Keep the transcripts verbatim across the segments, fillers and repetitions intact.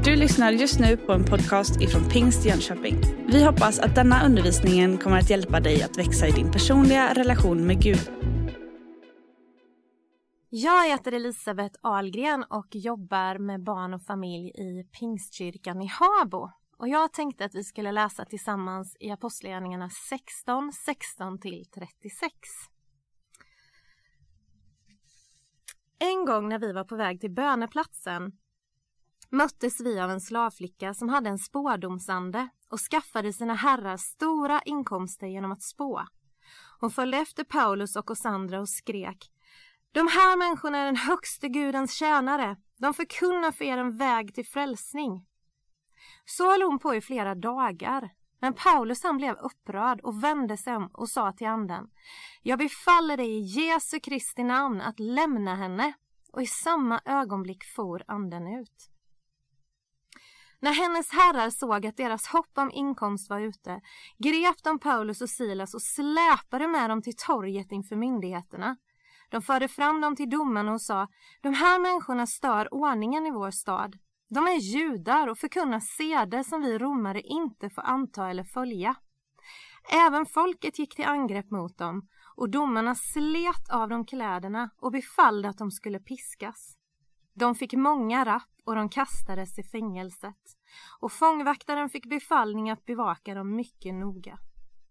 Du lyssnar just nu på en podcast ifrån Pingst Jönköping. Vi hoppas att denna undervisning kommer att hjälpa dig att växa i din personliga relation med Gud. Jag heter Elisabeth Ahlgren och jobbar med barn och familj i Pingstkyrkan i Habo. Och jag tänkte att vi skulle läsa tillsammans i Apostlagärningarna sexton, sexton till trettiosex. En gång när vi var på väg till böneplatsen möttes vi av en slavflicka som hade en spådomsande och skaffade sina herrar stora inkomster genom att spå. Hon följde efter Paulus och oss andra och skrek: De här människorna är den högste Gudens tjänare. De förkunnar för er en väg till frälsning. Så höll hon på i flera dagar. Men Paulus han blev upprörd och vände sig om och sa till anden: Jag befaller dig i Jesu Kristi namn att lämna henne. Och i samma ögonblick for anden ut. När hennes herrar såg att deras hopp om inkomst var ute, grep de Paulus och Silas och släpade med dem till torget inför myndigheterna. De förde fram dem till domarna och sa: De här människorna stör ordningen i vår stad. De är judar och förkunnar seder som vi romare inte får anta eller följa. Även folket gick till angrepp mot dem, och domarna slet av dem kläderna och befallde att de skulle piskas. De fick många rapp och de kastades i fängelset, och fångvaktaren fick befallning att bevaka dem mycket noga.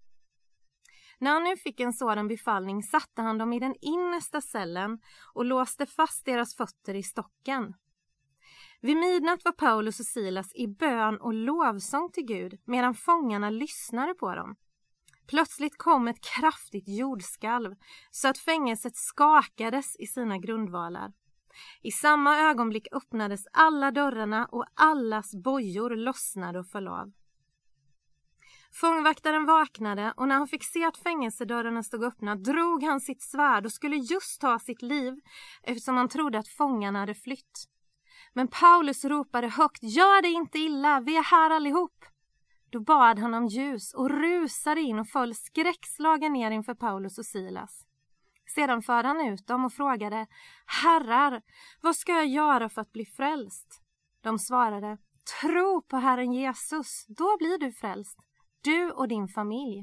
När han nu fick en sådan befallning satte han dem i den innersta cellen och låste fast deras fötter i stocken. Vid midnatt var Paulus och Silas i bön och lovsång till Gud medan fångarna lyssnade på dem. Plötsligt kom ett kraftigt jordskalv så att fängelset skakades i sina grundvalar. I samma ögonblick öppnades alla dörrarna och allas bojor lossnade och föll av. Fångvaktaren vaknade, och när han fick se att fängelsedörrarna stod öppna drog han sitt svärd och skulle just ta sitt liv eftersom han trodde att fångarna hade flytt. Men Paulus ropade högt: Gör det inte illa, vi är här allihop. Då bad han om ljus och rusade in och föll skräckslagen ner inför Paulus och Silas. Sedan förde han ut dem och frågade: Herrar, vad ska jag göra för att bli frälst? De svarade: Tro på Herren Jesus, då blir du frälst, du och din familj.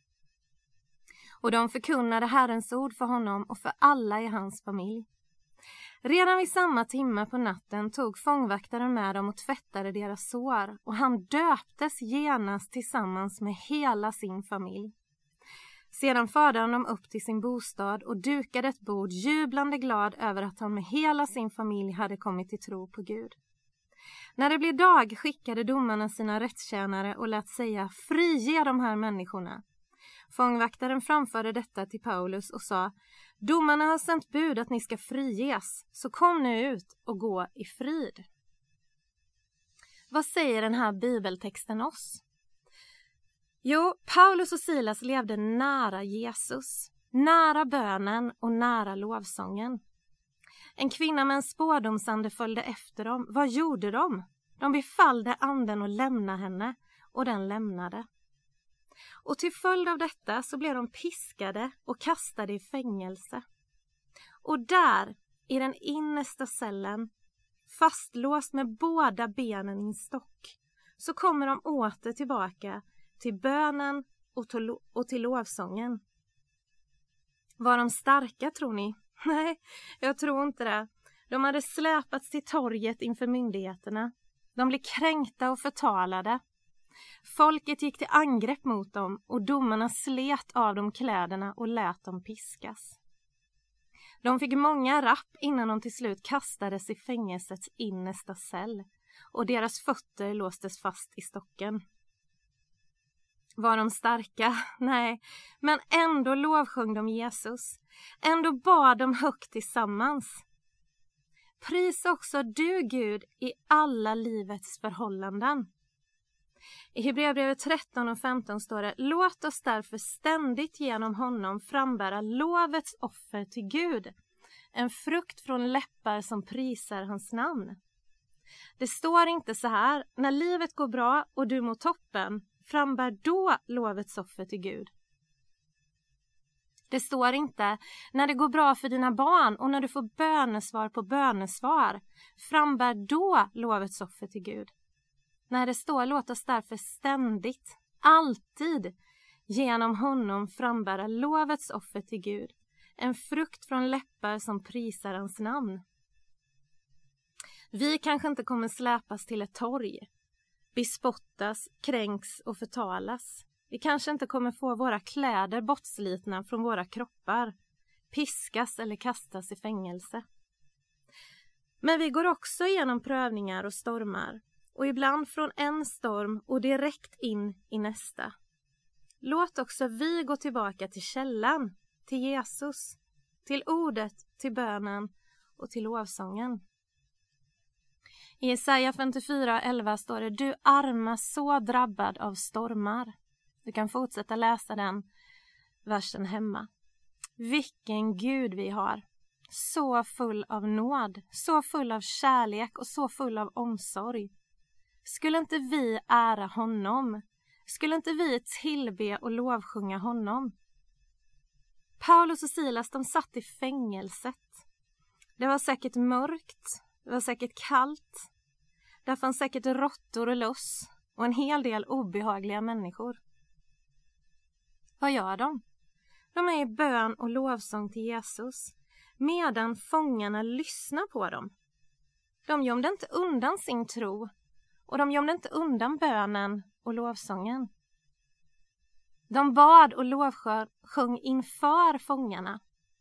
Och de förkunnade Herrens ord för honom och för alla i hans familj. Redan vid samma timme på natten tog fångvaktaren med dem och tvättade deras sår, och han döptes genast tillsammans med hela sin familj. Sedan förde han dem upp till sin bostad och dukade ett bord, jublande glad över att han med hela sin familj hade kommit till tro på Gud. När det blev dag skickade domarna sina rättstjänare och lät säga: Frige de här människorna. Fångvaktaren framförde detta till Paulus och sa: Domarna har sänt bud att ni ska friges, så kom nu ut och gå i frid. Vad säger den här bibeltexten oss? Jo, Paulus och Silas levde nära Jesus, nära bönen och nära lovsången. En kvinna med en spådomsande följde efter dem. Vad gjorde de? De befallde anden att lämna henne, och den lämnade. Och till följd av detta så blev de piskade och kastade i fängelse. Och där, i den innersta cellen, fastlåst med båda benen i en stock, så kommer de åter tillbaka till bönen och till, och till lovsången. Var de starka, tror ni? Nej, jag tror inte det. De hade släpats till torget inför myndigheterna. De blev kränkta och förtalade. Folket gick till angrepp mot dem, och domarna slet av dem kläderna och lät dem piskas. De fick många rapp innan de till slut kastades i fängelsets innersta cell, och deras fötter låstes fast i stocken. Var de starka? Nej, men ändå lovsjöng de Jesus. Ändå bad de högt tillsammans. Pris också du, Gud, i alla livets förhållanden. I Hebreerbrevet tretton och femton står det: Låt oss därför ständigt genom honom frambära lovets offer till Gud, en frukt från läppar som prisar hans namn. Det står inte så här: när livet går bra och du mår toppen, frambär då lovets offer till Gud. Det står inte: när det går bra för dina barn och när du får bönesvar på bönesvar, frambär då lovets offer till Gud. När det står, låt oss därför ständigt, alltid genom honom frambära lovets offer till Gud. En frukt från läppar som prisar hans namn. Vi kanske inte kommer släpas till ett torg, bespottas, kränks och förtalas. Vi kanske inte kommer få våra kläder bortslitna från våra kroppar, piskas eller kastas i fängelse. Men vi går också igenom prövningar och stormar, och ibland från en storm och direkt in i nästa. Låt också vi gå tillbaka till källan, till Jesus, till ordet, till bönen och till lovsången. I Jesaja femtiofyra elva står det, du arma så drabbad av stormar. Du kan fortsätta läsa den versen hemma. Vilken Gud vi har. Så full av nåd, så full av kärlek och så full av omsorg. Skulle inte vi ära honom? Skulle inte vi tillbe och lovsjunga honom? Paulus och Silas, de satt i fängelset. Det var säkert mörkt, det var säkert kallt. Där fanns säkert råttor och loss och en hel del obehagliga människor. Vad gör de? De är i bön och lovsång till Jesus, medan fångarna lyssnar på dem. De gömde inte undan sin tro, och de gömde inte undan bönen och lovsången. De bad och lovsjöng inför fångarna.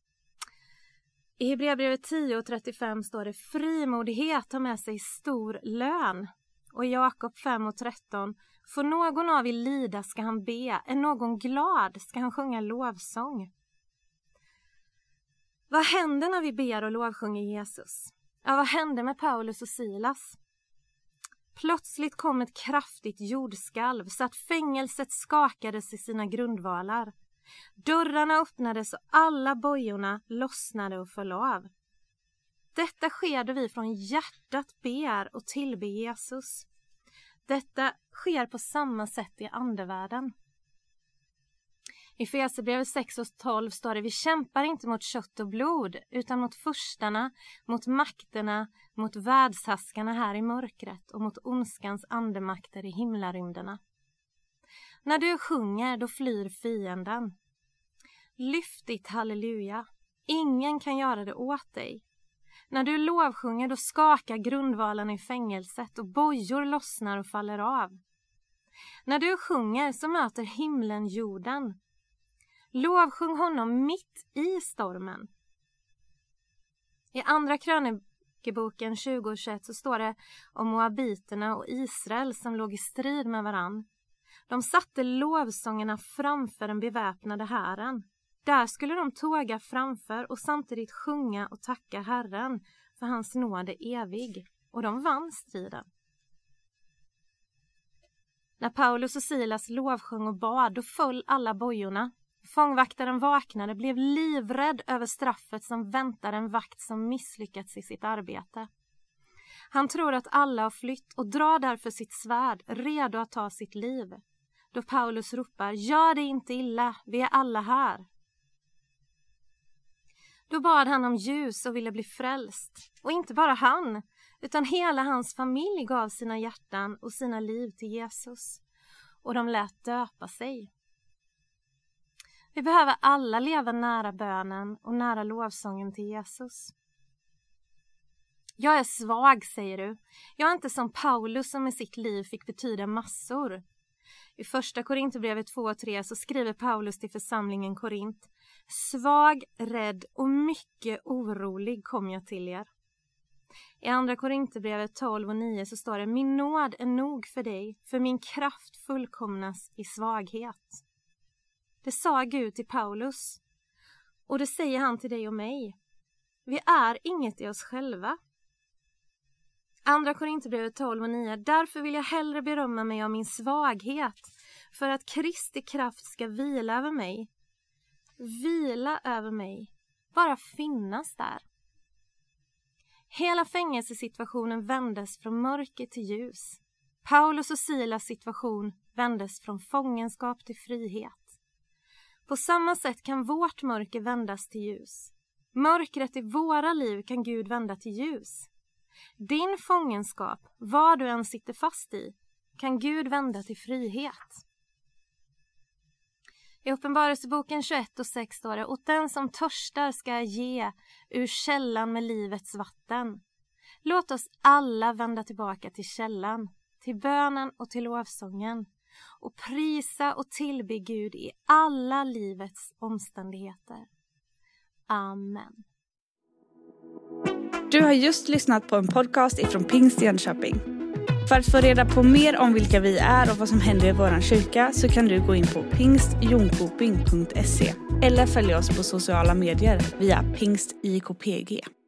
I Hebreerbrevet tio och trettiofem står det, frimodighet har med sig stor lön. Och i Jakob fem och tretton, får någon av er lida ska han be, är någon glad ska han sjunga lovsång. Vad händer när vi ber och lovsjunger Jesus? Ja, vad hände med Paulus och Silas? Plötsligt kom ett kraftigt jordskalv så att fängelset skakades i sina grundvalar. Dörrarna öppnades och alla bojorna lossnade och föll av. Detta sker då vi från hjärtat ber och tillber Jesus. Detta sker på samma sätt i andevärlden. I Efesierbrevet sex och tolv står det, vi kämpar inte mot kött och blod utan mot furstarna, mot makterna, mot världshärskarna här i mörkret och mot ondskans andemakter i himlarymderna. När du sjunger, då flyr fienden. Lyft ditt halleluja. Ingen kan göra det åt dig. När du lovsjunger, då skakar grundvalarna i fängelset och bojor lossnar och faller av. När du sjunger så möter himlen jorden. Lovsjung honom mitt i stormen. I andra krönikeboken tjugo och tjugoett så står det om moabiterna och Israel som låg i strid med varann. De satte lovsångerna framför den beväpnade hären. Där skulle de tåga framför och samtidigt sjunga och tacka Herren för hans nåd är evig. Och de vann striden. När Paulus och Silas lovsjung och bad, då föll alla bojorna. Fångvaktaren vaknade, blev livrädd över straffet som väntar en vakt som misslyckats i sitt arbete. Han tror att alla har flytt och drar därför sitt svärd, redo att ta sitt liv. Då Paulus ropar, gör det inte illa, vi är alla här. Då bad han om ljus och ville bli frälst. Och inte bara han, utan hela hans familj gav sina hjärtan och sina liv till Jesus. Och de lät döpa sig. Vi behöver alla leva nära bönen och nära lovsången till Jesus. Jag är svag, säger du. Jag är inte som Paulus som i sitt liv fick betyda massor. I första Korinthierbrevet två och tre så skriver Paulus till församlingen Korint. Svag, rädd och mycket orolig kom jag till er. I andra Korinthierbrevet tolv och nio så står det, min nåd är nog för dig, för min kraft fullkomnas i svaghet. Det sa Gud till Paulus. Och det säger han till dig och mig. Vi är inget i oss själva. Andra Korinthierbrevet tolv och nio. Därför vill jag hellre berömma mig av min svaghet. För att Kristi kraft ska vila över mig. Vila över mig. Bara finnas där. Hela fängelsesituationen vändes från mörker till ljus. Paulus och Silas situation vändes från fångenskap till frihet. På samma sätt kan vårt mörker vändas till ljus. Mörkret i våra liv kan Gud vända till ljus. Din fångenskap, vad du än sitter fast i, kan Gud vända till frihet. I Uppenbarelseboken tjugoett och sex står det: åt den som törstar ska jag ge ur källan med livets vatten. Låt oss alla vända tillbaka till källan, till bönen och till lovsången och prisa och tillbe Gud i alla livets omständigheter. Amen. Du har just lyssnat på en podcast ifrån Pingst Jönköping. För att få reda på mer om vilka vi är och vad som händer i våran kyrka så kan du gå in på pingst jonkoping punkt se eller följa oss på sociala medier via pingst I K P G.